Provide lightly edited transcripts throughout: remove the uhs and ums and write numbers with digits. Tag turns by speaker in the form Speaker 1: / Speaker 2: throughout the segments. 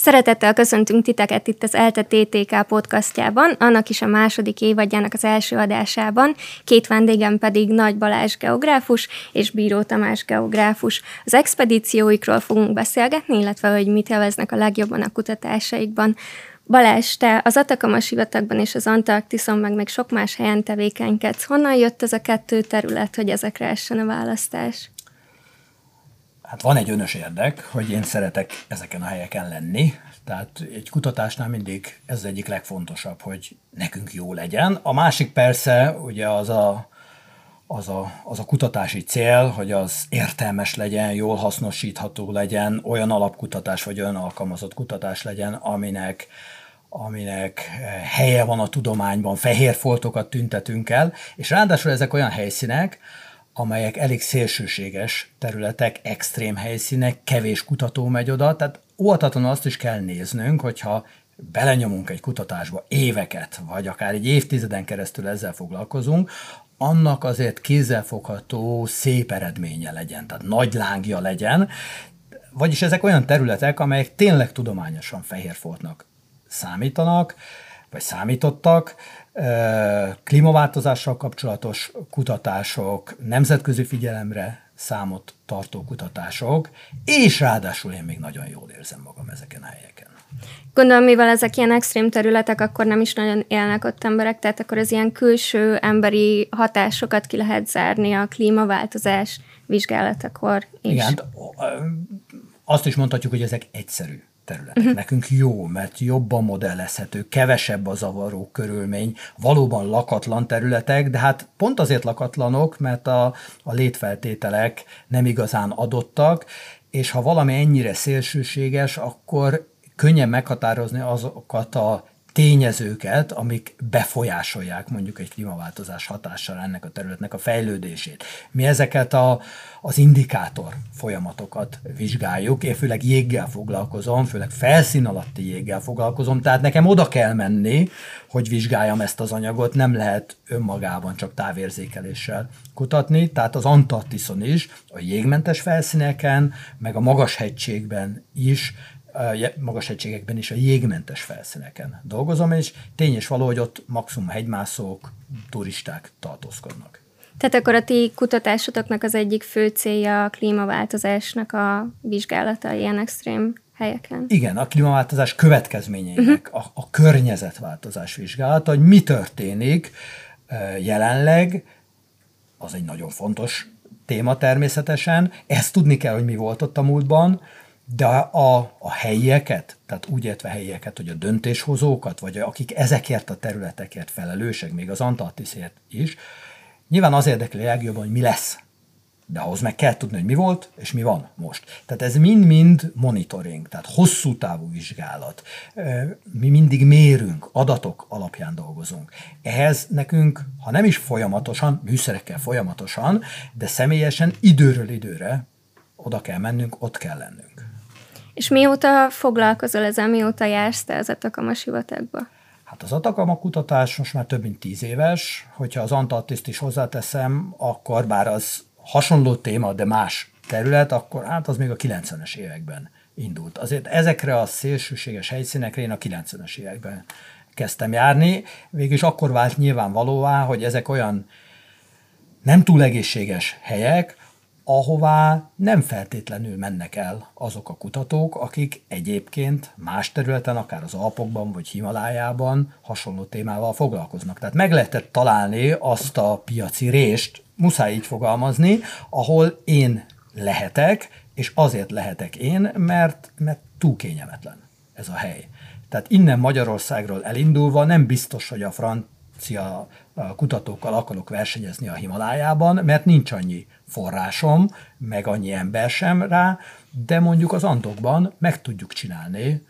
Speaker 1: Szeretettel köszöntünk titeket itt az ELTE TTK podcastjában, annak is a második évadjának az első adásában. Két vendégem pedig Nagy Balázs geográfus és Bíró Tamás geográfus. Az expedícióikról fogunk beszélgetni, illetve hogy mit élveznek a legjobban a kutatásaikban. Balázs, te az Atacama-sivatagban és az Antarktiszon, meg még sok más helyen tevékenykedsz. Honnan jött ez a kettő terület, hogy ezekre essen a választás?
Speaker 2: Hát van egy önös érdek, hogy én szeretek ezeken a helyeken lenni, tehát egy kutatásnál mindig ez az egyik legfontosabb, hogy nekünk jó legyen. A másik persze ugye az a kutatási cél, hogy az értelmes legyen, jól hasznosítható legyen, olyan alapkutatás vagy olyan alkalmazott kutatás legyen, aminek helye van a tudományban, fehér foltokat tüntetünk el, és ráadásul ezek olyan helyszínek, amelyek elég szélsőséges területek, extrém helyszínek, kevés kutató megy oda, tehát óvatatlanul azt is kell néznünk, hogyha belenyomunk egy kutatásba éveket, vagy akár egy évtizeden keresztül ezzel foglalkozunk, annak azért kézzelfogható, szép eredménye legyen, tehát nagy lángja legyen, vagyis ezek olyan területek, amelyek tényleg tudományosan fehérfoltnak számítanak, vagy számítottak, klímaváltozással kapcsolatos kutatások, nemzetközi figyelemre számot tartó kutatások, és ráadásul én még nagyon jól érzem magam ezeken a helyeken.
Speaker 1: Gondolom, mivel ezek ilyen extrém területek, akkor nem is nagyon élnek ott emberek, tehát akkor az ilyen külső emberi hatásokat ki lehet zárni a klímaváltozás vizsgálatakor is.
Speaker 2: Igen, azt is mondhatjuk, hogy ezek egyszerű területek. Nekünk jó, mert jobban modellezhető, kevesebb a zavaró körülmény, valóban lakatlan területek, de hát pont azért lakatlanok, mert a létfeltételek nem igazán adottak, és ha valami ennyire szélsőséges, akkor könnyen meghatározni azokat a tényezőket, amik befolyásolják mondjuk egy klímaváltozás hatással ennek a területnek a fejlődését. Mi ezeket az indikátor folyamatokat vizsgáljuk, én főleg jéggel foglalkozom, főleg felszín alatti jéggel foglalkozom, tehát nekem oda kell menni, hogy vizsgáljam ezt az anyagot, nem lehet önmagában csak távérzékeléssel kutatni, tehát az Antarktiszon is, a jégmentes felszíneken, meg a magashegységben is, magas hegységekben is a jégmentes felszíneken dolgozom, és tény és való, hogy ott maximum hegymászók, turisták tartózkodnak.
Speaker 1: Tehát akkor a ti kutatásotoknak az egyik fő célja a klímaváltozásnak a vizsgálata ilyen extrém helyeken? Igen,
Speaker 2: a klímaváltozás következményeinek, a környezetváltozás vizsgálata, hogy mi történik jelenleg, az egy nagyon fontos téma természetesen. Ezt tudni kell, hogy mi volt ott a múltban, de a helyieket, tehát úgy értve helyieket, hogy a döntéshozókat, vagy akik ezekért a területekért felelősek, még az Antarktiszért is, nyilván az érdekli legjobban, hogy mi lesz. De ahhoz meg kell tudni, hogy mi volt, és mi van most. Tehát ez mind-mind monitoring, tehát hosszú távú vizsgálat. Mi mindig mérünk, adatok alapján dolgozunk. Ehhez nekünk, ha nem is folyamatosan, műszerekkel folyamatosan, de személyesen időről időre oda kell mennünk, ott kell lennünk.
Speaker 1: És mióta foglalkozol ezzel, mióta jársz te az Atacama-sivatagba?
Speaker 2: Hát az Atacama kutatás most már több mint 10 éves, hogyha az Antarktiszt is hozzáteszem, akkor bár az hasonló téma, de más terület, akkor hát az még a 90-es években indult. Azért ezekre a szélsőséges helyszínekre én a 90-es években kezdtem járni, végülis akkor vált nyilvánvalóvá, hogy ezek olyan nem túl egészséges helyek, ahová nem feltétlenül mennek el azok a kutatók, akik egyébként más területen, akár az Alpokban vagy Himalájában hasonló témával foglalkoznak. Tehát meg lehetett találni azt a piaci rést, muszáj így fogalmazni, ahol én lehetek, és azért lehetek én, mert túl kényelmetlen ez a hely. Tehát innen Magyarországról elindulva nem biztos, hogy a francia kutatókkal akarok versenyezni a Himalájában, mert nincs annyi forrásom, meg annyi ember sem rá, de mondjuk az Andokban meg tudjuk csinálni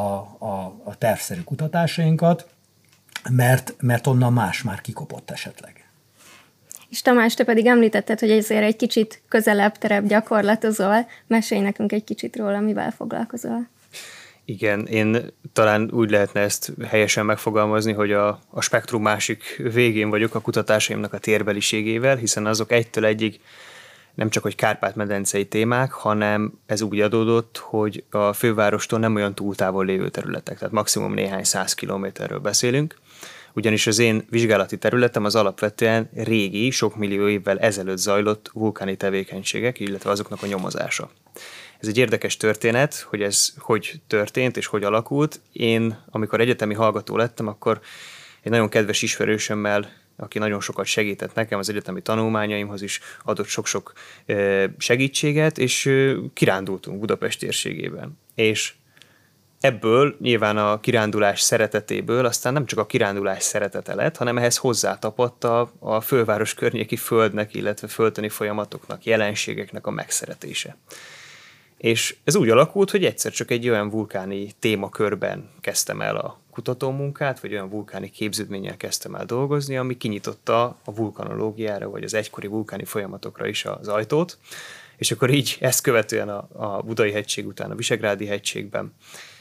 Speaker 2: a tervszerű kutatásainkat, mert onnan más már kikopott esetleg.
Speaker 1: És Tamás, te pedig említetted, hogy ezért egy kicsit közelebb, terebb gyakorlatozol. Mesélj nekünk egy kicsit róla, mivel foglalkozol.
Speaker 3: Igen, én talán úgy lehetne ezt helyesen megfogalmazni, hogy a spektrum másik végén vagyok a kutatásaimnak a térbeliségével, hiszen azok egytől egyig nem csak, hogy Kárpát-medencei témák, hanem ez úgy adódott, hogy a fővárostól nem olyan túl távol lévő területek, tehát maximum néhány 100 kilométerről beszélünk, ugyanis az én vizsgálati területem az alapvetően régi, sok millió évvel ezelőtt zajlott vulkáni tevékenységek, illetve azoknak a nyomozása. Ez egy érdekes történet, hogy ez hogy történt és hogy alakult. Én, amikor egyetemi hallgató lettem, akkor egy nagyon kedves ismerősömmel, aki nagyon sokat segített nekem az egyetemi tanulmányaimhoz is, adott sok-sok segítséget, és kirándultunk Budapest térségében. És ebből nyilván a kirándulás szeretetéből aztán nem csak a kirándulás szeretete lett, hanem ehhez hozzátapadt a főváros környéki földnek, illetve földtani folyamatoknak, jelenségeknek a megszeretése. És ez úgy alakult, hogy egyszer csak egy olyan vulkáni témakörben kezdtem el a kutatómunkát, vagy olyan vulkáni képződménnyel kezdtem el dolgozni, ami kinyitotta a vulkanológiára, vagy az egykori vulkáni folyamatokra is az ajtót. És akkor így ezt követően a Budai-hegység után a Visegrádi-hegységben,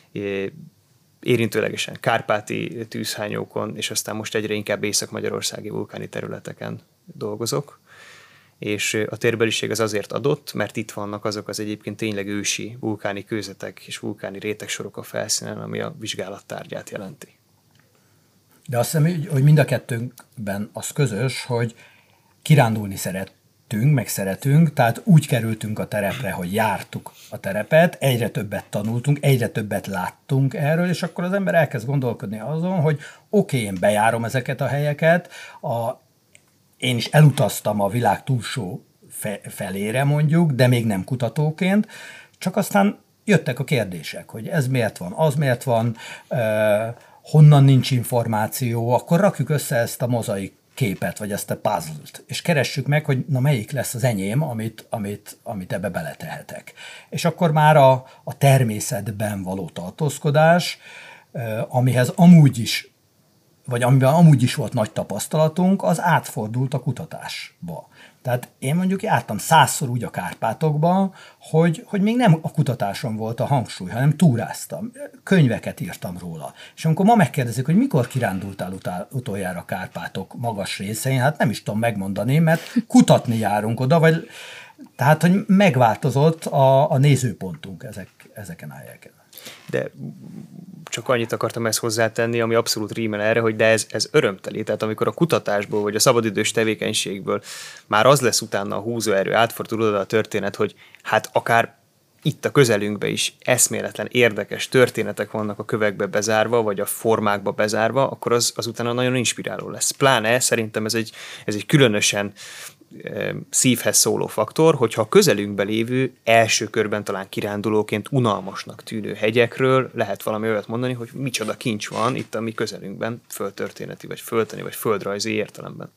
Speaker 3: érintőlegesen kárpáti tűzhányókon, és aztán most egyre inkább észak-magyarországi vulkáni területeken dolgozok. És a térbeliség az azért adott, mert itt vannak azok az egyébként tényleg ősi vulkáni kőzetek és vulkáni rétegsorok a felszínen, ami a vizsgálat tárgyát jelenti.
Speaker 2: De azt hiszem, hogy mind a kettőnkben az közös, hogy kirándulni meg szeretünk, tehát úgy kerültünk a terepre, hogy jártuk a terepet, egyre többet tanultunk, egyre többet láttunk erről, és akkor az ember elkezd gondolkodni azon, hogy oké, én bejárom ezeket a helyeket, én is elutaztam a világ túlsó felére mondjuk, de még nem kutatóként, csak aztán jöttek a kérdések, hogy ez miért van, az miért van, honnan nincs információ, akkor rakjuk össze ezt a mozaik képet, vagy ezt a puzzle-t, és keressük meg, hogy na melyik lesz az enyém, amit ebbe beletehetek. És akkor már a természetben való tartózkodás, amihez amúgy is, vagy amiben amúgy is volt nagy tapasztalatunk, az átfordult a kutatásba. Tehát én mondjuk jártam 100-szor úgy a Kárpátokban, hogy még nem a kutatáson volt a hangsúly, hanem túráztam, könyveket írtam róla. És amikor ma megkérdezik, hogy mikor kirándultál utoljára a Kárpátok magas részein, hát nem is tudom megmondani, mert kutatni járunk oda, tehát, hogy megváltozott a nézőpontunk ezeken a helyeken.
Speaker 3: De csak annyit akartam ezt hozzátenni, ami abszolút rímel erre, hogy de ez örömteli. Tehát amikor a kutatásból, vagy a szabadidős tevékenységből már az lesz utána a húzóerő, átfordul oda a történet, hogy hát akár itt a közelünkben is eszméletlen érdekes történetek vannak a kövekbe bezárva, vagy a formákba bezárva, akkor az utána nagyon inspiráló lesz. Pláne szerintem ez egy különösen szívhez szóló faktor, hogyha a közelünkben lévő első körben talán kirándulóként unalmasnak tűnő hegyekről lehet valami olyat mondani, hogy micsoda kincs van itt a mi közelünkben, földtörténeti, vagy földtani, vagy földrajzi értelemben.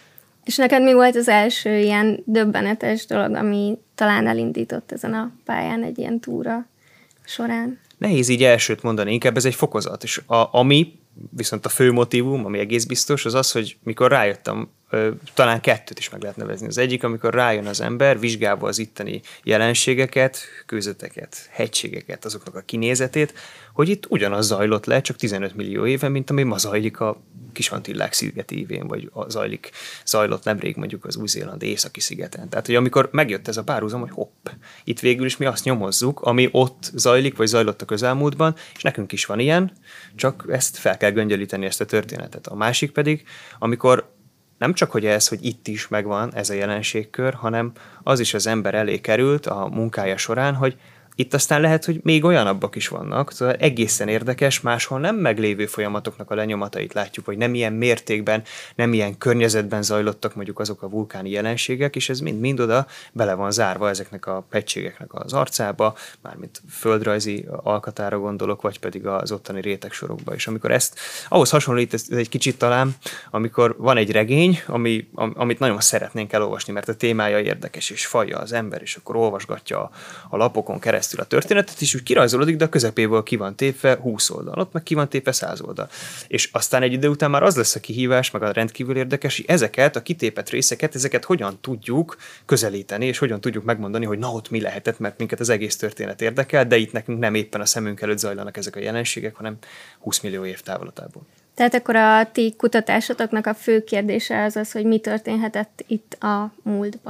Speaker 1: És neked mi volt az első ilyen döbbenetes dolog, ami talán elindított ezen a pályán egy ilyen túra során?
Speaker 3: Nehéz így elsőt mondani, inkább ez egy fokozat. És ami viszont a fő motívum, ami egész biztos, az az, hogy mikor rájöttem, talán kettőt is meg lehet nevezni. Az egyik, amikor rájön az ember, vizsgálva az itteni jelenségeket, kőzeteket, hegységeket, azoknak a kinézetét, hogy itt ugyanaz zajlott le, csak 15 millió éve, mint ami ma zajlik a Kis-Antillák szigetívén, vagy zajlott nemrég mondjuk az Új-Zéland északi szigeten. Tehát, hogy amikor megjött ez a párhuzam, hogy hopp, itt végül is mi azt nyomozzuk, ami ott zajlik, vagy zajlott a közelmúltban, és nekünk is van ilyen, csak ezt fel kell göngyölíteni, ezt a történetet. A másik pedig, amikor nem csak, hogy hogy itt is megvan ez a jelenségkör, hanem az is az ember elé került a munkája során, hogy itt aztán lehet, hogy még olyanabbak is vannak, szóval egészen érdekes, máshol nem meglévő folyamatoknak a lenyomatait látjuk, hogy nem ilyen mértékben, nem ilyen környezetben zajlottak mondjuk azok a vulkáni jelenségek, és ez mind oda bele van zárva ezeknek a hegységeknek az arcába, mármint földrajzi alkatára gondolok, vagy pedig az ottani rétegsorokba. És amikor ahhoz hasonlít ez egy kicsit talán, amikor van egy regény, amit nagyon szeretnénk elolvasni, mert a témája érdekes, és fajja az ember, és akkor olvasgatja a lapokon keresztül a történetet, és úgy kirajzolódik, de a közepéből ki van tépve 20 oldal, ott meg ki van tépve 100 oldal. És aztán egy idő után már az lesz a kihívás, meg a rendkívül érdekes, hogy ezeket a kitépett részeket, ezeket hogyan tudjuk közelíteni, és hogyan tudjuk megmondani, hogy na ott mi lehetett, mert minket az egész történet érdekel, de itt nekünk nem éppen a szemünk előtt zajlanak ezek a jelenségek, hanem 20 millió év távolatából.
Speaker 1: Tehát akkor a ti kutatásotoknak a fő kérdése az, hogy mi történhetett itt a múltban.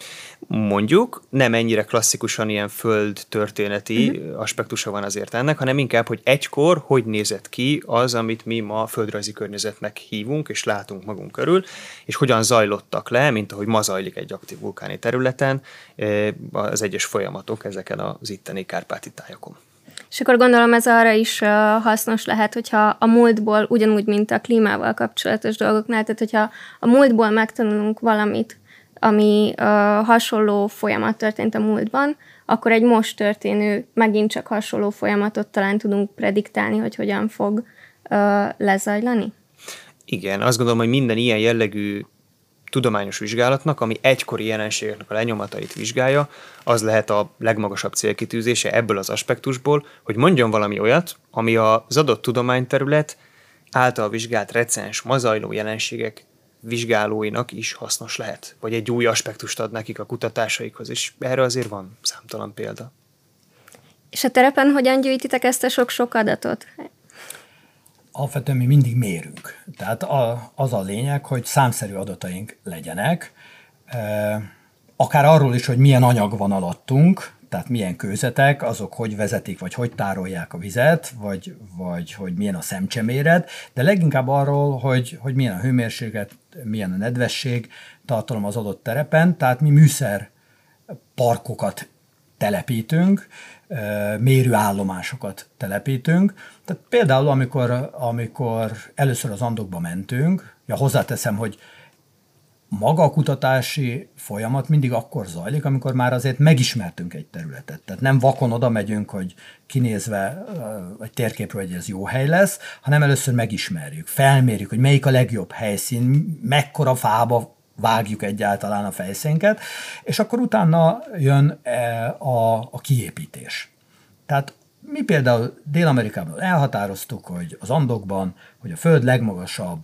Speaker 3: Mondjuk, nem ennyire klasszikusan ilyen földtörténeti aspektusa van azért ennek, hanem inkább, hogy egykor hogy nézett ki az, amit mi ma földrajzi környezetnek hívunk, és látunk magunk körül, és hogyan zajlottak le, mint ahogy ma zajlik egy aktív vulkáni területen az egyes folyamatok ezeken az itteni kárpáti tájakon.
Speaker 1: És akkor gondolom ez arra is hasznos lehet, hogyha a múltból, ugyanúgy, mint a klímával kapcsolatos dolgoknál, tehát hogyha a múltból megtanulunk valamit, ami hasonló folyamat történt a múltban, akkor egy most történő, megint csak hasonló folyamatot talán tudunk prediktálni, hogy hogyan fog lezajlani?
Speaker 3: Igen, azt gondolom, hogy minden ilyen jellegű tudományos vizsgálatnak, ami egykori jelenségeknek a lenyomatait vizsgálja, az lehet a legmagasabb célkitűzése ebből az aspektusból, hogy mondjon valami olyat, ami az adott tudományterület által vizsgált recens, ma zajló jelenségek vizsgálóinak is hasznos lehet, vagy egy új aspektust ad nekik a kutatásaikhoz, és erre azért van számtalan példa.
Speaker 1: És a terepen hogyan gyűjtitek ezt a sok-sok adatot?
Speaker 2: Alapvetően mi mindig mérünk. Tehát az a lényeg, hogy számszerű adataink legyenek, akár arról is, hogy milyen anyag van alattunk, tehát milyen kőzetek, azok hogy vezetik, vagy hogy tárolják a vizet, vagy hogy milyen a szemcseméret, de leginkább arról, hogy milyen a hőmérséklet, milyen a nedvesség tartalom az adott terepen, tehát mi műszerparkokat telepítünk, mérőállomásokat telepítünk. Tehát például, amikor először az Andokba mentünk, hozzáteszem, hogy maga a kutatási folyamat mindig akkor zajlik, amikor már azért megismertünk egy területet. Tehát nem vakon oda megyünk, hogy kinézve egy térképről, hogy ez jó hely lesz, hanem először megismerjük, felmérjük, hogy melyik a legjobb helyszín, mekkora fába vágjuk egyáltalán a fejszénket, és akkor utána jön a kiépítés. Tehát mi például Dél-Amerikában elhatároztuk, hogy az Andokban, hogy a Föld legmagasabb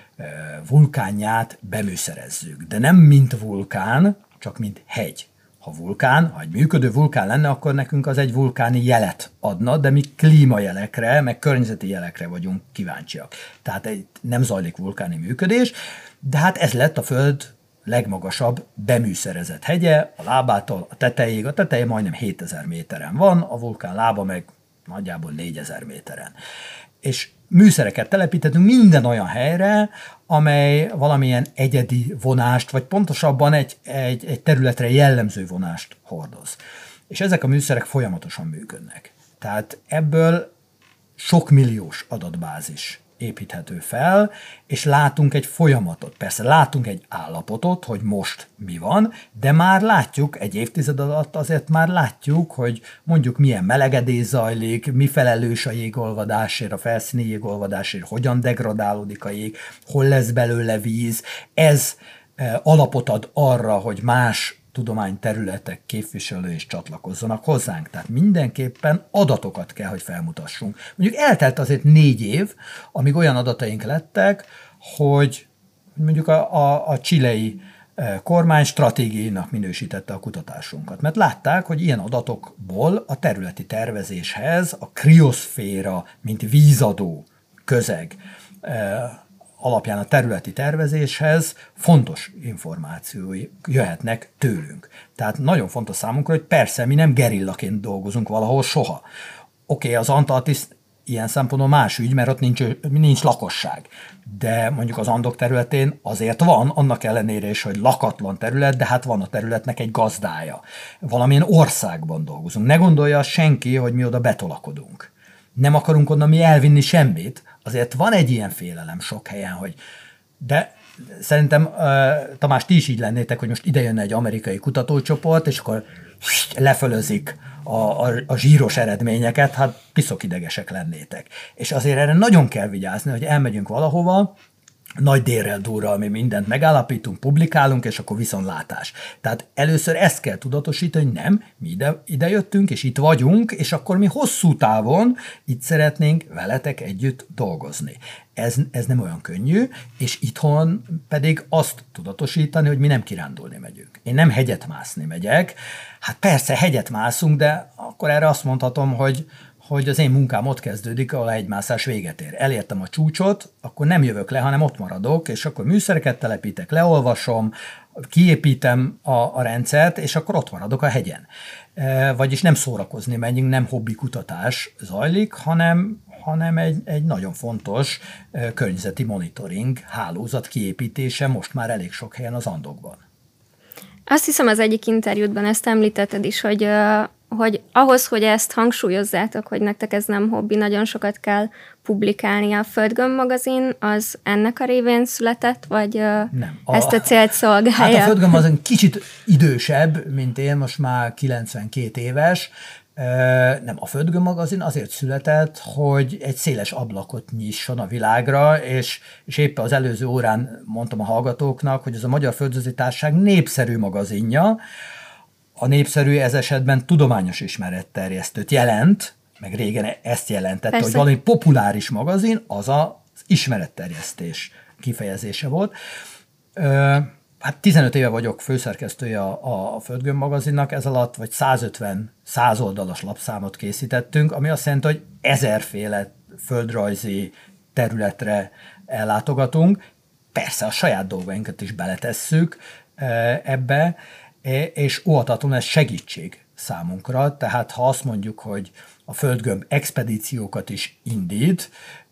Speaker 2: vulkánját beműszerezzük. De nem mint vulkán, csak mint hegy. Ha egy működő vulkán lenne, akkor nekünk az egy vulkáni jelet adna, de mi klímajelekre, meg környezeti jelekre vagyunk kíváncsiak. Tehát nem zajlik vulkáni működés, de hát ez lett a Föld legmagasabb beműszerezett hegye, a lábától a tetejéig. A teteje majdnem 7000 méteren van, a vulkán lába meg nagyjából 4000 méteren. És műszereket telepítettünk minden olyan helyre, amely valamilyen egyedi vonást, vagy pontosabban egy területre jellemző vonást hordoz. És ezek a műszerek folyamatosan működnek. Tehát ebből sok milliós adatbázis építhető fel, és látunk egy folyamatot. Persze látunk egy állapotot, hogy most mi van, de már látjuk, egy évtized alatt azért már látjuk, hogy mondjuk milyen melegedés zajlik, mi felelős a jégolvadásért, a felszíni jégolvadásért, hogyan degradálódik a jég, hol lesz belőle víz. Ez alapot ad arra, hogy más tudományterületek képviselői is csatlakozzanak hozzánk. Tehát mindenképpen adatokat kell, hogy felmutassunk. Mondjuk eltelt azért 4 év, amíg olyan adataink lettek, hogy mondjuk a chilei kormány stratégiainak minősítette a kutatásunkat. Mert látták, hogy ilyen adatokból a területi tervezéshez a krioszféra, mint vízadó közeg alapján a területi tervezéshez fontos információi jöhetnek tőlünk. Tehát nagyon fontos számunkra, hogy persze mi nem gerillaként dolgozunk valahol soha. Oké, az Antarktisz ilyen szempontból más ügy, mert ott nincs lakosság. De mondjuk az Andok területén azért van, annak ellenére is, hogy lakatlan terület, de hát van a területnek egy gazdája. Valamilyen országban dolgozunk. Ne gondolja senki, hogy mi oda betolakodunk. Nem akarunk onnan mi elvinni semmit, azért van egy ilyen félelem sok helyen, hogy de szerintem, Tamás, ti is így lennétek, hogy most ide jönne egy amerikai kutatócsoport, és akkor lefölözik a zsíros eredményeket, hát piszok idegesek lennétek. És azért erre nagyon kell vigyázni, hogy elmegyünk valahova, nagy délrel durral mi mindent megállapítunk, publikálunk, és akkor viszontlátás. Tehát először ezt kell tudatosítani, hogy nem, mi ide jöttünk, és itt vagyunk, és akkor mi hosszú távon itt szeretnénk veletek együtt dolgozni. Ez nem olyan könnyű, és itthon pedig azt tudatosítani, hogy mi nem kirándulni megyünk. Én nem hegyet mászni megyek. Hát persze hegyet mászunk, de akkor erre azt mondhatom, hogy hogy az én munkám ott kezdődik, ahol a hegymászás véget ér. Elértem a csúcsot, akkor nem jövök le, hanem ott maradok, és akkor műszereket telepítek, leolvasom, kiépítem a rendszert, és akkor ott maradok a hegyen. Vagyis nem szórakozni megyünk, nem hobbi kutatás zajlik, hanem egy nagyon fontos környezeti monitoring hálózat kiépítése most már elég sok helyen az Andokban.
Speaker 1: Azt hiszem, az egyik interjútban ezt említetted is, hogy ahhoz, hogy ezt hangsúlyozzátok, hogy nektek ez nem hobbi, nagyon sokat kell publikálni. A Földgömb magazin az ennek a révén született, vagy nem. Ezt a célt szolgálja?
Speaker 2: Hát a Földgömb az egy kicsit idősebb, mint én, most már 92 éves. Nem, a Földgömb magazin azért született, hogy egy széles ablakot nyisson a világra, és éppen az előző órán mondtam a hallgatóknak, hogy ez a Magyar Földrözi Társaság népszerű magazinja. A népszerű ez esetben tudományos ismeretterjesztőt jelent, meg régen ezt jelentette, persze, hogy valami populáris magazin, az az ismeretterjesztés kifejezése volt. Hát 15 éve vagyok főszerkesztője a Földgömb magazinnak, ez alatt vagy 150 oldalas lapszámot készítettünk, ami azt jelenti, hogy 1000-féle földrajzi területre ellátogatunk. Persze a saját dolgainkat is beletesszük ebbe, és óhatatlanul ez segítség számunkra, tehát ha azt mondjuk, hogy a Földgömb expedíciókat is indít,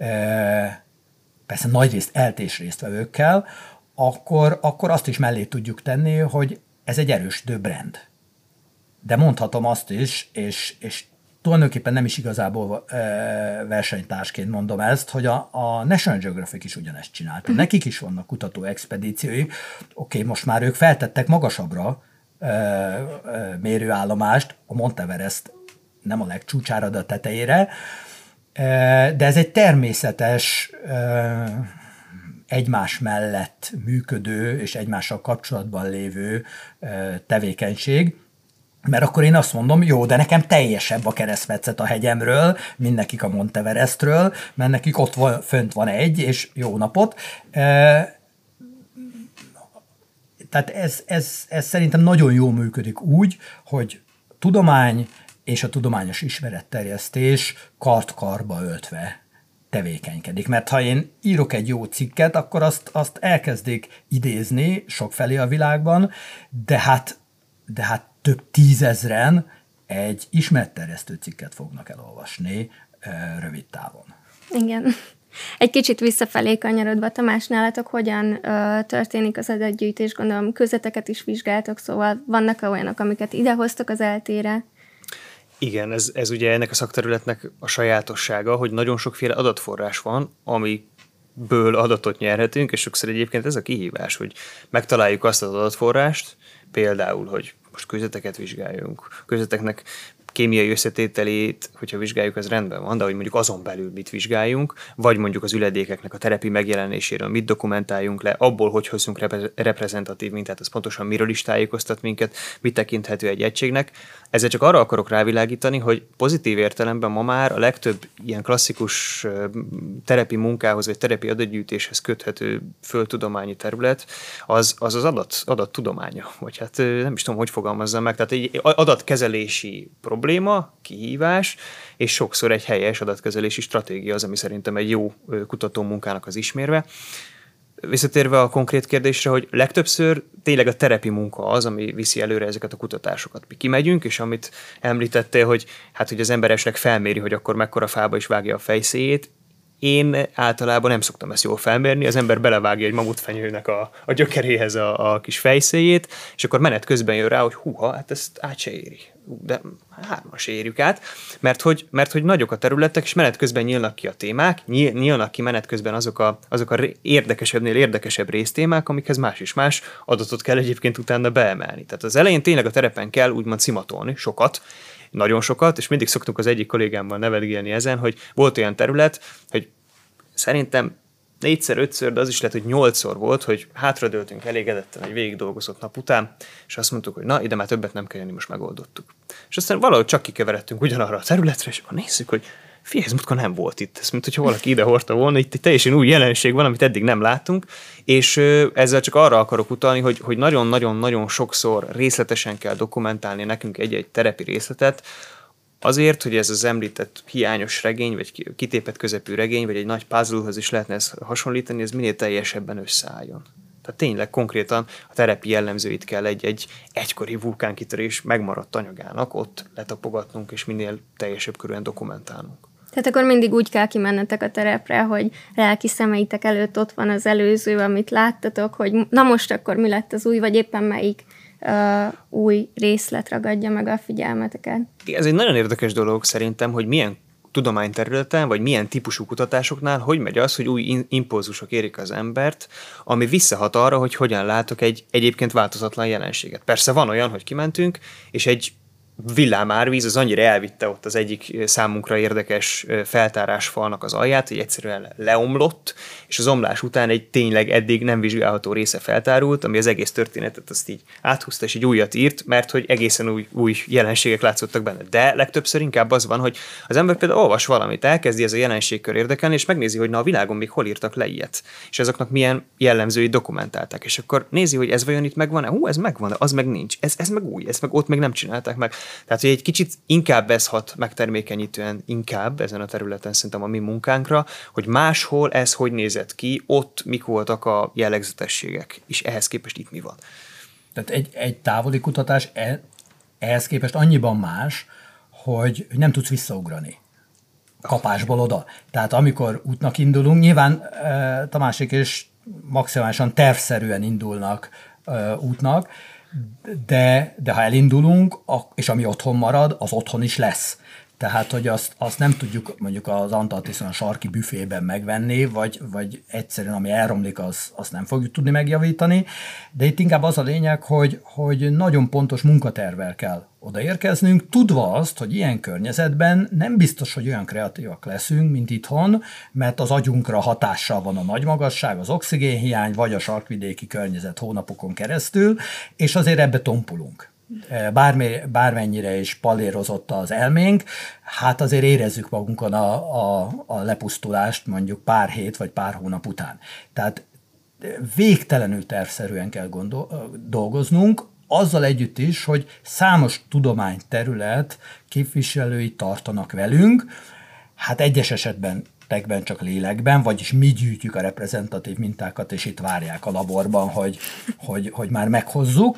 Speaker 2: persze nagyrészt eltés résztvevőkkel, akkor azt is mellé tudjuk tenni, hogy ez egy erősödő brand. De mondhatom azt is, és tulajdonképpen nem is igazából versenytársként mondom ezt, hogy a National Geographic is ugyanezt csinálta. Nekik is vannak kutató expedícióik. Oké, most már ők feltettek magasabbra mérőállomást, a Monteverest nem a legcsúcsára, de a tetejére, de ez egy természetes, egymás mellett működő és egymással kapcsolatban lévő tevékenység, mert akkor én azt mondom, jó, de nekem teljesebb a keresztmetszet a hegyemről, mint nekik a Monteverestről, mert nekik ott fönt van egy, és jó napot. Tehát ez szerintem nagyon jól működik úgy, hogy tudomány és a tudományos ismeretterjesztés kart-karba öltve tevékenykedik. Mert ha én írok egy jó cikket, akkor azt elkezdik idézni sokfelé a világban, de hát több tízezren egy ismeretterjesztő cikket fognak elolvasni rövid távon.
Speaker 1: Igen. Egy kicsit visszafelé kanyarodva, Tamás, nálatok hogyan történik az adatgyűjtés? Gondolom, közleteket is vizsgáltok, szóval vannak olyanok, amiket idehoztok az eltére?
Speaker 3: Igen, ez ugye ennek a szakterületnek a sajátossága, hogy nagyon sokféle adatforrás van, amiből adatot nyerhetünk, és sokszor egyébként ez a kihívás, hogy megtaláljuk azt az adatforrást, például, hogy most kőzeteket vizsgáljunk, kőzeteknek kémiai összetételét, hogyha vizsgáljuk, az rendben van, de hogy mondjuk azon belül mit vizsgáljunk, vagy mondjuk az üledékeknek a terepi megjelenéséről mit dokumentáljunk le, abból, hogy hozzunk reprezentatív mintát, az pontosan miről is tájékoztat minket, mit tekinthető egy egységnek. Ezzel csak arra akarok rávilágítani, hogy pozitív értelemben ma már a legtöbb ilyen klasszikus terepi munkához, vagy terepi adatgyűjtéshez köthető földtudományi terület, az adattudománya, vagy hát nem is tudom, hogy fogalmazzam meg, tehát egy adatkezelési probléma, kihívás, és sokszor egy helyes adatkezelési stratégia az, ami szerintem egy jó kutatómunkának az ismérve. Visszatérve a konkrét kérdésre, hogy legtöbbször tényleg a terepi munka az, ami viszi előre ezeket a kutatásokat. Mi kimegyünk, és amit említettél, hogy hogy az ember esetleg felméri, hogy akkor mekkora fába is vágja a fejszéjét. Én általában nem szoktam ezt jól felmérni, az ember belevágja egy mamutfenyőnek a gyökeréhez a kis fejszéjét, és akkor menet közben jön rá, hogy húha, hát ezt át se éri. De hárman se érjük át, mert hogy nagyok a területek, és menet közben nyílnak ki a témák, nyílnak ki menet közben azok a érdekesebbnél érdekesebb résztémák, amikhez más és más adatot kell egyébként utána beemelni. Tehát az elején tényleg a terepen kell úgymond szimatolni sokat, nagyon sokat, és mindig szoktunk az egyik kollégámmal nevetgélni ezen, hogy volt olyan terület, hogy szerintem 4-5-ször, de az is lehet, hogy 8-szor volt, hogy hátradőltünk elégedetten egy végig dolgozott nap után, és azt mondtuk, hogy na, ide már többet nem kell jönni, most megoldottuk. És aztán valahogy csak kikeveredtünk ugyanarra a területre, és akkor nézzük, hogy ez múltkor nem volt itt. Ez mint hogyha valaki ide hordta volna, itt egy teljesen új jelenség van, amit eddig nem láttunk, és ezzel csak arra akarok utalni, hogy nagyon-nagyon-nagyon sokszor részletesen kell dokumentálni nekünk egy-egy terepi részletet, azért, hogy ez az említett hiányos regény, vagy kitépett közepű regény, vagy egy nagy puzzlehoz is lehetne ezt hasonlítani, ez minél teljesebben összeálljon. Tehát tényleg konkrétan a terepi jellemzőit kell egy egykori vulkánkitörés megmaradt anyagának ott letapogatnunk, és minél teljesebb körülön dokumentálnunk.
Speaker 1: Tehát akkor mindig úgy kell kimennetek a terepre, hogy lelki szemeitek előtt ott van az előző, amit láttatok, hogy na most akkor mi lett az új, vagy éppen melyik új részlet ragadja meg a figyelmeteket.
Speaker 3: Ez egy nagyon érdekes dolog szerintem, hogy milyen tudományterületen, vagy milyen típusú kutatásoknál, hogy megy az, hogy új impulzusok érik az embert, ami visszahat arra, hogy hogyan látok egy egyébként változatlan jelenséget. Persze van olyan, hogy kimentünk, és egy villámárvíz az annyira elvitte ott az egyik számunkra érdekes feltárásfalnak az alját, hogy egyszerűen leomlott, és az omlás után egy tényleg eddig nem vizsgálható része feltárult, ami az egész történetet azt így áthúzta, és egy újat írt, mert hogy egészen új jelenségek látszottak benne. De legtöbbször inkább az van, hogy az ember például olvas valamit, elkezdi ez a jelenségkör érdekelni, és megnézi, hogy na a világon még hol írtak le ilyet, és azoknak milyen jellemzői dokumentálták, és akkor nézi, hogy ez vajon itt megvan-e, ez megvan, az meg nincs, ez meg új, ezt meg ott még nem csinálták meg. Tehát, hogy egy kicsit inkább ez hat megtermékenyítően inkább ezen a területen szerintem a mi munkánkra, hogy máshol ez hogy nézett ki, ott mik voltak a jellegzetességek, és ehhez képest itt mi van.
Speaker 2: Tehát egy távoli kutatás ehhez képest annyiban más, hogy nem tudsz visszaugrani kapásból oda. Tehát amikor útnak indulunk, nyilván Tamásék is maximálisan tervszerűen indulnak útnak, de ha elindulunk, és ami otthon marad, az otthon is lesz. Tehát, hogy azt nem tudjuk mondjuk az Antarktiszon a sarki büfében megvenni, vagy egyszerűen ami elromlik, azt nem fogjuk tudni megjavítani. De itt inkább az a lényeg, hogy nagyon pontos munkatervvel kell odaérkeznünk, tudva azt, hogy ilyen környezetben nem biztos, hogy olyan kreatívak leszünk, mint itthon, mert az agyunkra hatással van a nagy magasság, az oxigénhiány, vagy a sarkvidéki környezet hónapokon keresztül, és azért ebbe tompulunk. Bármennyire is pallérozott az elménk, hát azért érezzük magunkon a lepusztulást mondjuk pár hét vagy pár hónap után. Tehát végtelenül tervszerűen kell dolgoznunk, azzal együtt is, hogy számos tudományterület képviselői tartanak velünk, hát egyes esetben csak lélekben, vagyis mi gyűjtjük a reprezentatív mintákat, és itt várják a laborban, hogy már meghozzuk.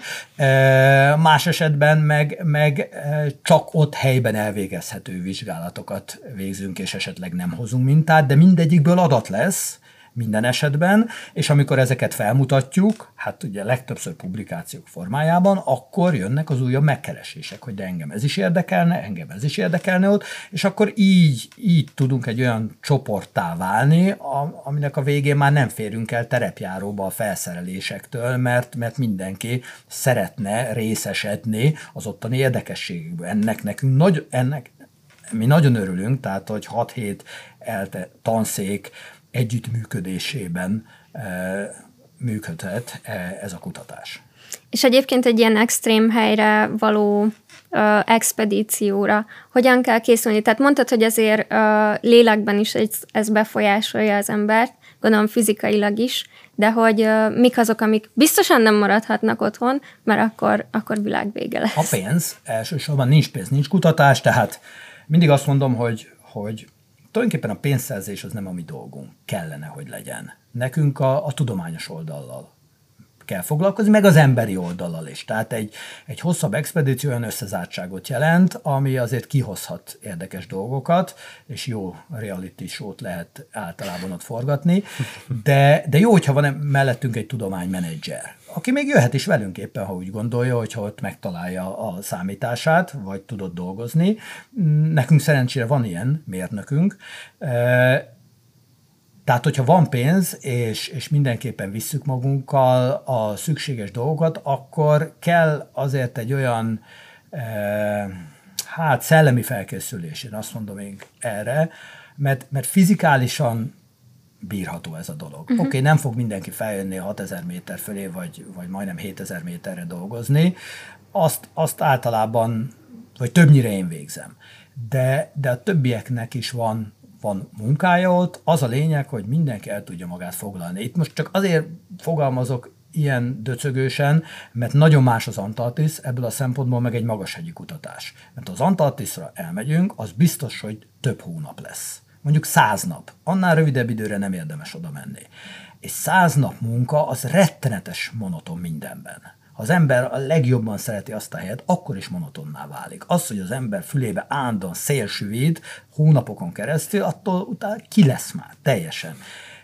Speaker 2: Más esetben meg csak ott helyben elvégezhető vizsgálatokat végzünk, és esetleg nem hozunk mintát, de mindegyikből adat lesz, minden esetben, és amikor ezeket felmutatjuk, hát ugye legtöbbször publikációk formájában, akkor jönnek az újabb megkeresések, hogy de engem ez is érdekelne ott, és akkor így tudunk egy olyan csoporttá válni, aminek a végén már nem férünk el terepjáróba a felszerelésektől, mert mindenki szeretne részesedni az ottani érdekességekből. Mi nagyon örülünk, tehát hogy 6-7 tanszék együttműködésében működhet ez a kutatás.
Speaker 1: És egyébként egy ilyen extrém helyre való expedícióra hogyan kell készülni? Tehát mondtad, hogy azért lélekben is ez befolyásolja az embert, gondolom fizikailag is, de hogy mik azok, amik biztosan nem maradhatnak otthon, mert akkor világvége lesz.
Speaker 2: A pénz, elsősorban nincs pénz, nincs kutatás, tehát mindig azt mondom, hogy tulajdonképpen a pénzszerzés az nem a mi dolgunk, kellene, hogy legyen. Nekünk a tudományos oldallal kell foglalkozni, meg az emberi oldallal is. Tehát egy hosszabb expedíció olyan összezártságot jelent, ami azért kihozhat érdekes dolgokat, és jó reality show-t lehet általában ott forgatni, de jó, hogyha van mellettünk egy tudománymenedzser, aki még jöhet is velünk éppen, ha úgy gondolja, hogyha ott megtalálja a számítását, vagy tudott dolgozni. Nekünk szerencsére van ilyen mérnökünk. Tehát, hogyha van pénz, és mindenképpen visszük magunkkal a szükséges dolgokat, akkor kell azért egy olyan szellemi felkészülés, én azt mondom én erre, mert fizikálisan bírható ez a dolog. Oké, nem fog mindenki feljönni 6000 méter fölé, vagy majdnem 7000 méterre dolgozni, azt általában, vagy többnyire én végzem. De a többieknek is van munkája ott, az a lényeg, hogy mindenki el tudja magát foglalni. Itt most csak azért fogalmazok ilyen döcögősen, mert nagyon más az Antarktisz, ebből a szempontból meg egy magashegyi kutatás. Mert az Antarktiszra elmegyünk, az biztos, hogy több hónap lesz. Mondjuk 100 nap. Annál rövidebb időre nem érdemes oda menni. És 100 nap munka az rettenetes monoton mindenben. Ha az ember a legjobban szereti azt a helyet, akkor is monotonná válik. Az, hogy az ember fülébe állandóan szélsüvít hónapokon keresztül, attól utána ki lesz már teljesen.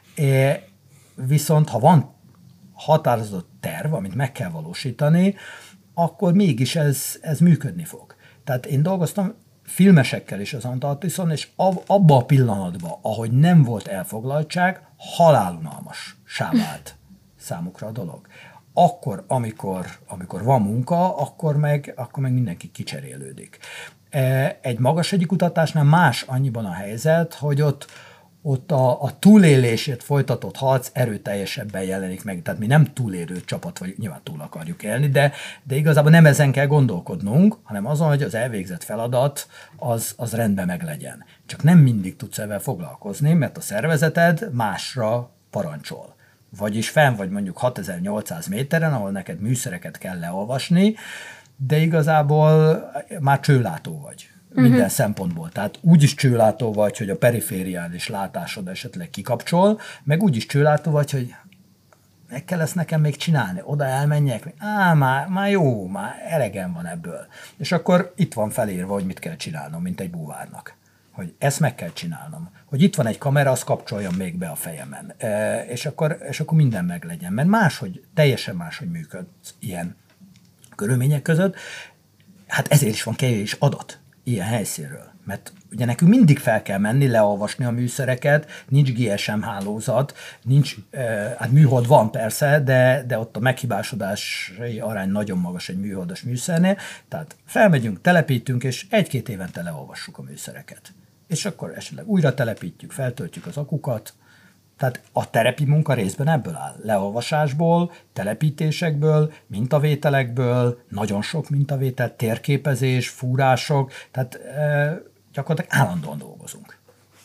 Speaker 2: Viszont ha van határozott terv, amit meg kell valósítani, akkor mégis ez működni fog. Tehát én dolgoztam filmesekkel is az Antarktiszon, és abban a pillanatban, ahogy nem volt elfoglaltság, halálunalmassá vált számukra a dolog. Akkor, amikor van munka, akkor meg mindenki kicserélődik. Egy magashegyi kutatásnál más annyiban a helyzet, hogy ott a túlélésért folytatott harc erőteljesebben jelenik meg. Tehát mi nem túlélő csapat vagyunk, nyilván túl akarjuk élni, de igazából nem ezen kell gondolkodnunk, hanem azon, hogy az elvégzett feladat az rendben meg legyen. Csak nem mindig tudsz ezzel foglalkozni, mert a szervezeted másra parancsol. Vagyis fenn vagy mondjuk 6800 méteren, ahol neked műszereket kell leolvasni, de igazából már csőlátó vagy. Minden szempontból. Tehát úgy is csőlátó vagy, hogy a perifériális látásod esetleg kikapcsol, meg úgy is csőlátó vagy, hogy meg kell ezt nekem még csinálni, oda elmenjek, már jó, már elegem van ebből. És akkor itt van felírva, hogy mit kell csinálnom, mint egy búvárnak. Hogy ezt meg kell csinálnom. Hogy itt van egy kamera, azt kapcsoljam még be a fejemen. És akkor minden meg legyen. Mert teljesen máshogy működ ilyen körülmények között. Hát ezért is van kevés adat ilyen helyszínről. Mert ugye nekünk mindig fel kell menni, leolvasni a műszereket, nincs GSM hálózat, hát műhold van persze, de ott a meghibásodási arány nagyon magas egy műholdas műszernél, tehát felmegyünk, telepítünk, és 1-2 évente leolvassuk a műszereket. És akkor esetleg újra telepítjük, feltöltjük az akukat, tehát a terepi munka részben ebből áll. Leolvasásból, telepítésekből, mintavételekből, nagyon sok mintavétel, térképezés, fúrások, tehát gyakorlatilag állandóan dolgozunk.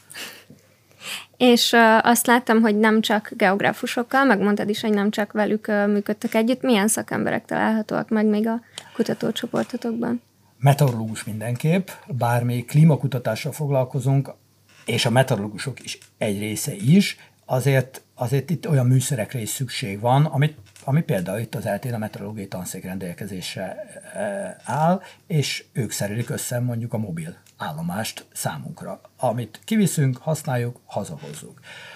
Speaker 1: És azt láttam, hogy nem csak geográfusokkal, megmondtad is, hogy nem csak velük működtek együtt. Milyen szakemberek találhatóak meg még a kutatócsoportotokban?
Speaker 2: Meteorológus mindenképp, bár még klímakutatással foglalkozunk, és a meteorológusok is egy része is, azért itt olyan műszerekre is szükség van, ami például itt az eltén a meteorológiai tanszék rendelkezésre áll, és ők szerelik össze mondjuk a mobil állomást számunkra, amit kiviszünk, használjuk, hazahozzuk.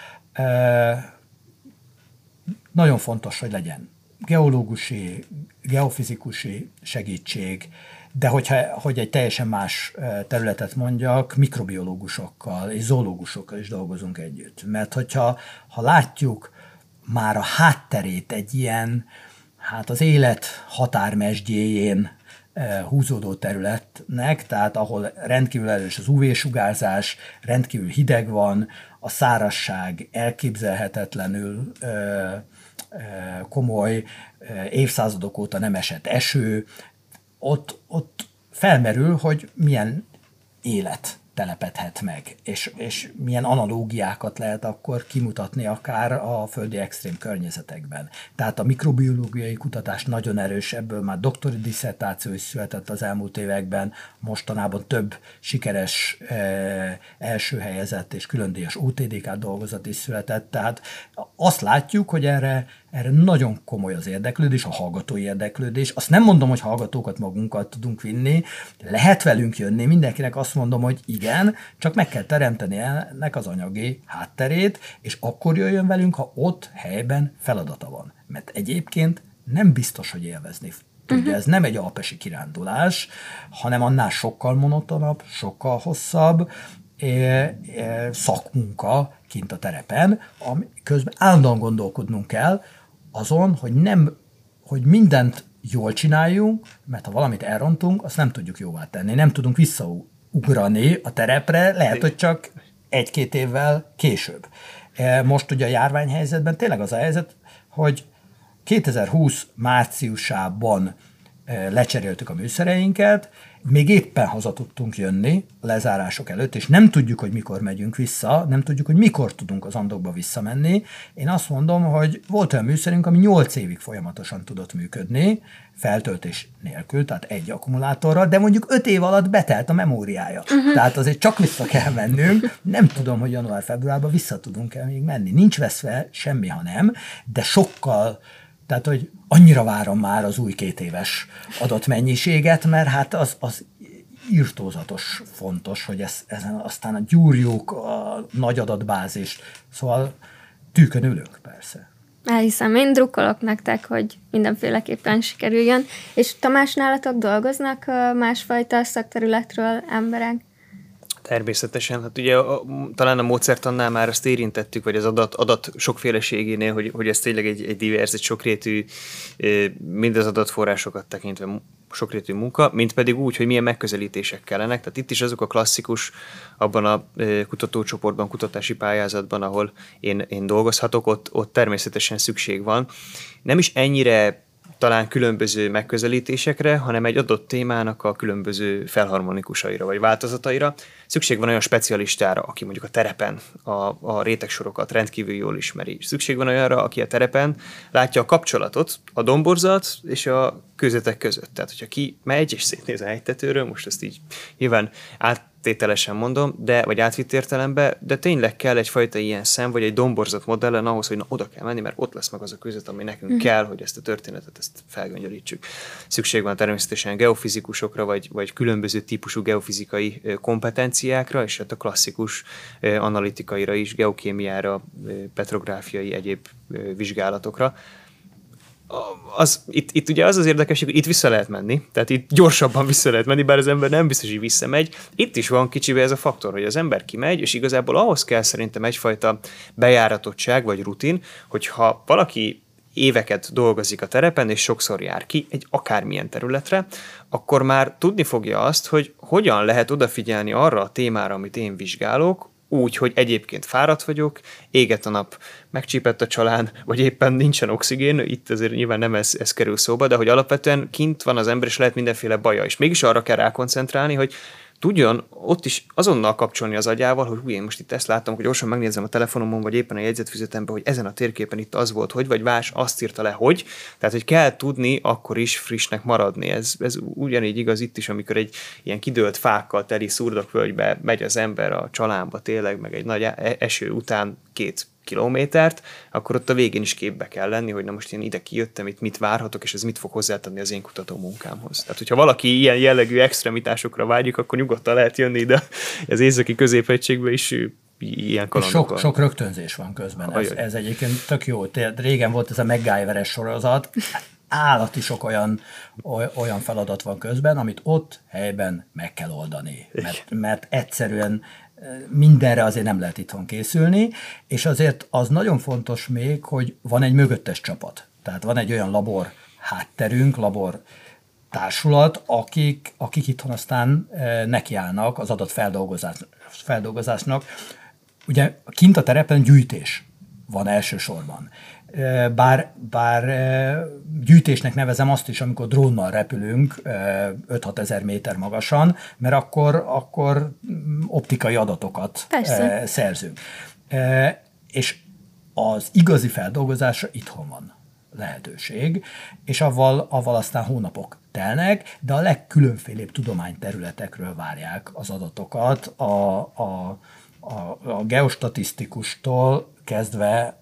Speaker 2: Nagyon fontos, hogy legyen geológusi, geofizikusi segítség, de hogy egy teljesen más területet mondjak, mikrobiológusokkal és zoológusokkal is dolgozunk együtt. Mert hogyha látjuk már a hátterét egy ilyen, hát az élet határmesdjéjén húzódó területnek, tehát ahol rendkívül erős az UV-sugárzás, rendkívül hideg van, a szárazság elképzelhetetlenül komoly, évszázadok óta nem esett eső, ott felmerül, hogy milyen élet telepedhet meg, és milyen analógiákat lehet akkor kimutatni akár a földi extrém környezetekben. Tehát a mikrobiológiai kutatás nagyon erős, ebből már doktori disszertáció is született az elmúlt években, mostanában több sikeres első helyezett és különdíjas OTDK dolgozat is született, tehát azt látjuk, hogy erre nagyon komoly az érdeklődés, a hallgatói érdeklődés. Azt nem mondom, hogy hallgatókat magunkkal tudunk vinni, lehet velünk jönni, mindenkinek azt mondom, hogy igen, csak meg kell teremteni ennek az anyagi hátterét, és akkor jöjjön velünk, ha ott helyben feladata van. Mert egyébként nem biztos, hogy élvezni tudja. Ez nem egy alpesi kirándulás, hanem annál sokkal monotonabb, sokkal hosszabb szakmunka kint a terepen, közben állandóan gondolkodnunk kell azon, hogy mindent jól csináljunk, mert ha valamit elrontunk, azt nem tudjuk jóvá tenni, nem tudunk visszaugrani a terepre, lehet, hogy csak 1-2 évvel később. Most ugye a járványhelyzetben tényleg az a helyzet, hogy 2020 márciusában lecseréltük a műszereinket, még éppen haza tudtunk jönni lezárások előtt, és nem tudjuk, hogy mikor megyünk vissza, nem tudjuk, hogy mikor tudunk az Andokba visszamenni. Én azt mondom, hogy volt olyan műszerünk, ami 8 évig folyamatosan tudott működni, feltöltés nélkül, tehát egy akkumulátorral, de mondjuk 5 év alatt betelt a memóriája. Tehát azért csak vissza kell mennünk. Nem tudom, hogy január-februárban vissza tudunk-e még menni. Nincs veszve semmi, ha nem, de sokkal, tehát, hogy annyira várom már az új 2 éves adott mennyiséget, mert hát az irtózatos fontos, hogy ezen aztán gyúrjuk a nagy adatbázist. Szóval tűkön ülök, persze.
Speaker 1: Elhiszem, én drukkolok nektek, hogy mindenféleképpen sikerüljön. És Tamás, nálatok dolgoznak másfajta szakterületről emberek?
Speaker 3: Természetesen. Hát ugye talán a módszertannál már azt érintettük, vagy az adat sokféleségénél, hogy ez tényleg egy divers, egy sokrétű, mind az adatforrásokat tekintve sokrétű munka, mint pedig úgy, hogy milyen megközelítések kellenek. Tehát itt is azok a klasszikus, abban a kutatócsoportban, kutatási pályázatban, ahol én dolgozhatok, ott természetesen szükség van. Nem is ennyire talán különböző megközelítésekre, hanem egy adott témának a különböző felharmonikusaira vagy változataira. Szükség van olyan specialistára, aki mondjuk a terepen a rétegsorokat rendkívül jól ismeri. Szükség van olyanra, aki a terepen látja a kapcsolatot a domborzat és a kőzetek között. Tehát, hogyha ki megy és szétnéz a hegytetőről, most ezt így nyilván áttételesen mondom, vagy átvitt értelemben, de tényleg kell egyfajta ilyen szem, vagy egy domborzat modellen ahhoz, hogy oda kell menni, mert ott lesz meg az a között, ami nekünk kell, hogy ezt a történetet ezt felgöngyölítsük. Szükség van természetesen geofizikusokra, vagy különböző típusú geofizikai kompetenciákra, és hát a klasszikus analitikaira is, geokémiára, petrográfiai, egyéb vizsgálatokra. Itt ugye az érdekes, hogy itt vissza lehet menni, tehát itt gyorsabban vissza lehet menni, bár az ember nem biztos, hogy visszamegy. Itt is van kicsibe ez a faktor, hogy az ember kimegy, és igazából ahhoz kell szerintem egyfajta bejáratottság vagy rutin, hogyha valaki éveket dolgozik a terepen, és sokszor jár ki egy akármilyen területre, akkor már tudni fogja azt, hogy hogyan lehet odafigyelni arra a témára, amit én vizsgálok, úgy, hogy egyébként fáradt vagyok, éget a nap, megcsípett a csalán, vagy éppen nincsen oxigén, itt azért nyilván nem ez kerül szóba, de hogy alapvetően kint van az ember, és lehet mindenféle baja, és mégis arra kell rákoncentrálni, hogy tudjon ott is azonnal kapcsolni az agyával, hogy én most itt ezt láttam, hogy gyorsan megnézem a telefonomon, vagy éppen a jegyzetfüzetemben, hogy ezen a térképen itt az volt, hogy, vagy más azt írta le, hogy. Tehát, hogy kell tudni akkor is frissnek maradni. Ez ugyanígy igaz itt is, amikor egy ilyen kidőlt fákkal teli szurdokvölgybe megy az ember a csalánba tényleg, meg egy nagy eső után 2 kilométert, akkor ott a végén is képbe kell lenni, hogy na most én ide kijöttem, itt mit várhatok, és ez mit fog hozzátenni az én kutató munkámhoz. Tehát, hogyha valaki ilyen jellegű extremitásokra vágyik, akkor nyugodtan lehet jönni ide az északi középhegységbe is ilyen kalandokkal.
Speaker 2: Sok rögtönzés van közben. Ez egyébként tök jó. Régen volt ez a MacGyver-es sorozat, állati sok olyan feladat van közben, amit ott helyben meg kell oldani. Mert egyszerűen mindenre azért nem lehet itthon készülni, és azért az nagyon fontos még, hogy van egy mögöttes csapat. Tehát van egy olyan labor hátterünk, labor társulat, akik itthon aztán nekiállnak az adatfeldolgozásnak. Ugye kint a terepen gyűjtés van elsősorban. Bár gyűjtésnek nevezem azt is, amikor drónnal repülünk 5-6 ezer méter magasan, mert akkor optikai adatokat szerzünk. És az igazi feldolgozásra itthon van lehetőség, és avval aztán hónapok telnek, de a legkülönfélébb tudományterületekről várják az adatokat, a geostatisztikustól kezdve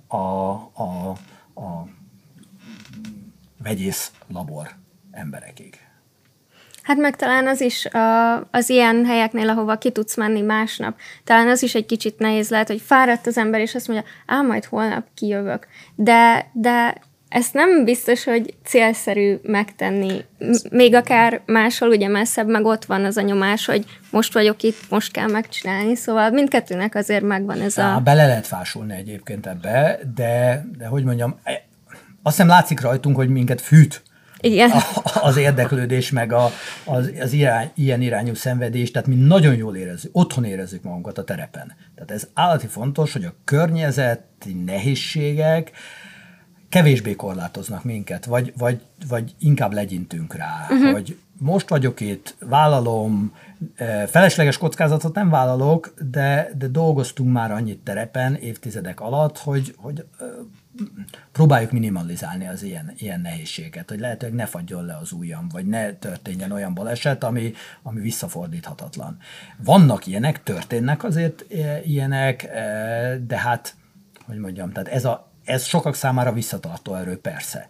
Speaker 2: a vegyész labor emberekig.
Speaker 1: Hát meg talán az is az ilyen helyeknél, ahova ki tudsz menni másnap, talán az is egy kicsit nehéz lehet, hogy fáradt az ember, és azt mondja, majd holnap kijövök. De ezt nem biztos, hogy célszerű megtenni. Még akár máshol, ugye messzebb, meg ott van az a nyomás, hogy most vagyok itt, most kell megcsinálni, szóval mindkettőnek azért megvan ez a...
Speaker 2: Bele lehet fásulni egyébként ebbe, de hogy mondjam, azt hiszem látszik rajtunk, hogy minket fűt
Speaker 1: igen.
Speaker 2: Az érdeklődés, meg az ilyen irányú szenvedés, tehát mi nagyon jól érezzük, otthon érezzük magunkat a terepen. Tehát ez állati fontos, hogy a környezeti nehézségek kevésbé korlátoznak minket, vagy inkább legyintünk rá, hogy most vagyok itt, vállalom, felesleges kockázatot nem vállalok, de dolgoztunk már annyit terepen évtizedek alatt, hogy próbáljuk minimalizálni az ilyen nehézséget, hogy lehetőleg ne fagyjon le az ujjam, vagy ne történjen olyan baleset, ami visszafordíthatatlan. Vannak ilyenek, történnek azért ilyenek, de hát, hogy mondjam, tehát ez sokak számára visszatartó erő, persze.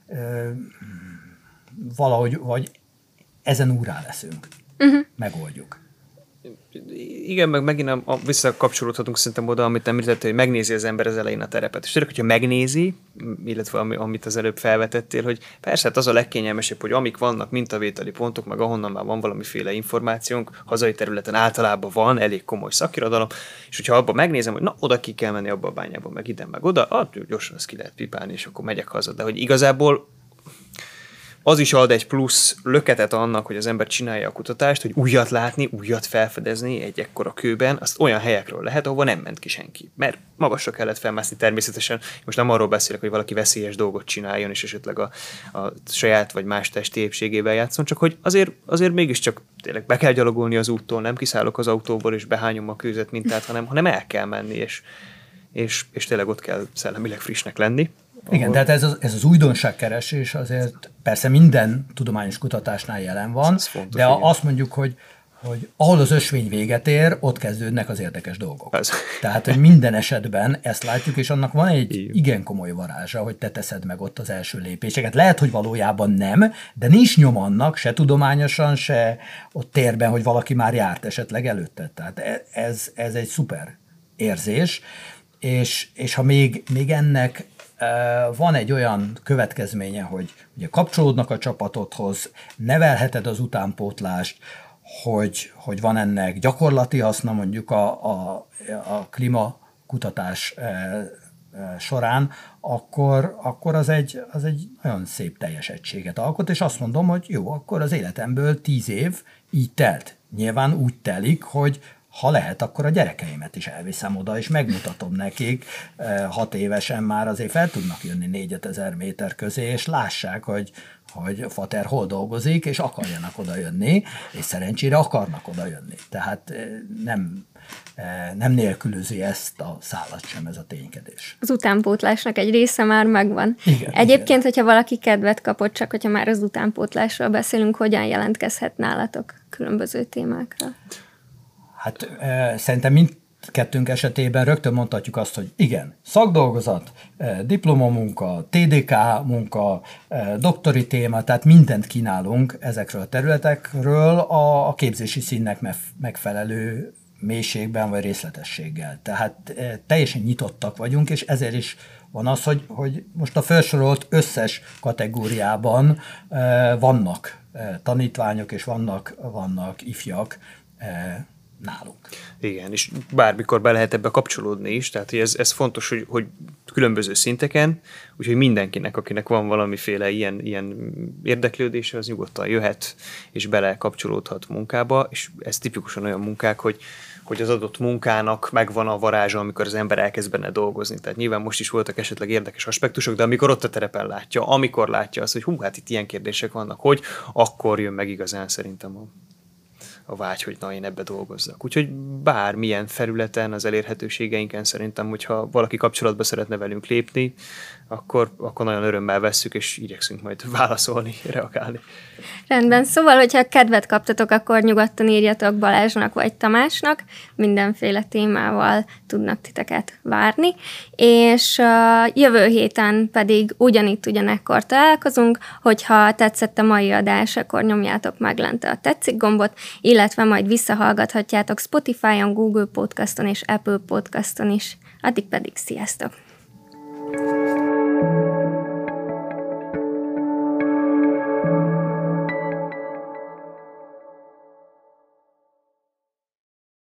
Speaker 2: Valahogy vagy ezen úrrá leszünk. Megoldjuk.
Speaker 3: Igen, meg megint visszakapcsolódhatunk szerintem oda, amit említettél, hogy megnézi az ember az elején a terepet. És tényleg, hogyha megnézi, illetve amit az előbb felvetettél, hogy persze, hát az a legkényelmesebb, hogy amik vannak mintavételi pontok, meg ahonnan már van valamiféle információnk, hazai területen általában van elég komoly szakirodalom, és hogyha abban megnézem, hogy na, oda ki kell menni abba a bányába, meg ide, meg oda, gyorsan azt ki lehet pipálni, és akkor megyek haza. De hogy igazából az is ad egy plusz löketet annak, hogy az ember csinálja a kutatást, hogy újat látni, újat felfedezni egy ekkora kőben, azt olyan helyekről lehet, ahova nem ment ki senki. Mert magasra kellett felmászni természetesen. Most nem arról beszélek, hogy valaki veszélyes dolgot csináljon, és esetleg a saját vagy más testi épségével játszon, csak hogy azért mégiscsak tényleg be kell gyalogolni az úttól, nem kiszállok az autóból, és behányom a kőzet mintát, hanem el kell menni, és tényleg ott kell szellemileg frissnek lenni.
Speaker 2: Igen, de hát ez az újdonságkeresés azért persze minden tudományos kutatásnál jelen van, fontos, de azt mondjuk, hogy ahol az ösvény véget ér, ott kezdődnek az érdekes dolgok. Tehát, hogy minden esetben ezt látjuk, és annak van egy igen komoly varázsa, hogy te teszed meg ott az első lépéseket. Lehet, hogy valójában nem, de nincs nyom annak, se tudományosan, se ott térben, hogy valaki már járt esetleg előtte. Tehát ez egy szuper érzés, és ha még ennek van egy olyan következménye, hogy ugye kapcsolódnak a csapatodhoz, nevelheted az utánpótlást, hogy van ennek gyakorlati haszna mondjuk a klímakutatás során, akkor az egy nagyon szép teljes egységet alkot, és azt mondom, hogy jó, akkor az életemből 10 év így telt. Nyilván úgy telik, hogy ha lehet, akkor a gyerekeimet is elviszem oda, és megmutatom nekik, 6 évesen már azért fel tudnak jönni 4000 méter közé, és lássák, hogy fater hol dolgozik, és akarjanak oda jönni, és szerencsére akarnak oda jönni. Tehát nem nélkülözi ezt a szálat sem ez a ténykedés.
Speaker 1: Az utánpótlásnak egy része már megvan.
Speaker 2: Igen,
Speaker 1: egyébként,
Speaker 2: igen.
Speaker 1: Hogyha valaki kedvet kapott, csak hogyha már az utánpótlásról beszélünk, hogyan jelentkezhet nálatok különböző témákra?
Speaker 2: Hát szerintem mindkettőnk esetében rögtön mondhatjuk azt, hogy igen, szakdolgozat, diplomamunka, TDK munka, doktori téma, tehát mindent kínálunk ezekről a területekről a képzési színnek megfelelő mélységben vagy részletességgel. Tehát teljesen nyitottak vagyunk, és ezért is van az, hogy most a felsorolt összes kategóriában vannak tanítványok, és vannak ifjak nálunk.
Speaker 3: Igen, és bármikor be lehet ebbe kapcsolódni is, tehát ez fontos, hogy különböző szinteken, úgyhogy mindenkinek, akinek van valamiféle ilyen érdeklődése, az nyugodtan jöhet, és bele kapcsolódhat munkába, és ez tipikusan olyan munkák, hogy az adott munkának megvan a varázsa, amikor az ember elkezd benne dolgozni. Tehát nyilván most is voltak esetleg érdekes aspektusok, de amikor ott a terepen látja, amikor látja azt, hogy hát itt ilyen kérdések vannak, hogy akkor jön meg igazán szerintem a vágy, hogy na, én ebbe dolgozzak. Úgyhogy bármilyen felületen, az elérhetőségeinken szerintem, hogyha valaki kapcsolatba szeretne velünk lépni, akkor nagyon örömmel vesszük, és igyekszünk majd válaszolni, reagálni.
Speaker 1: Rendben, szóval, hogyha kedvet kaptatok, akkor nyugodtan írjatok Balázsnak vagy Tamásnak, mindenféle témával tudnak titeket várni, és jövő héten pedig ugyanekkor találkozunk, hogyha tetszett a mai adás, akkor nyomjátok meg lent a tetszik gombot, illetve majd visszahallgathatjátok Spotify-on, Google Podcaston és Apple Podcaston is. Addig pedig sziasztok!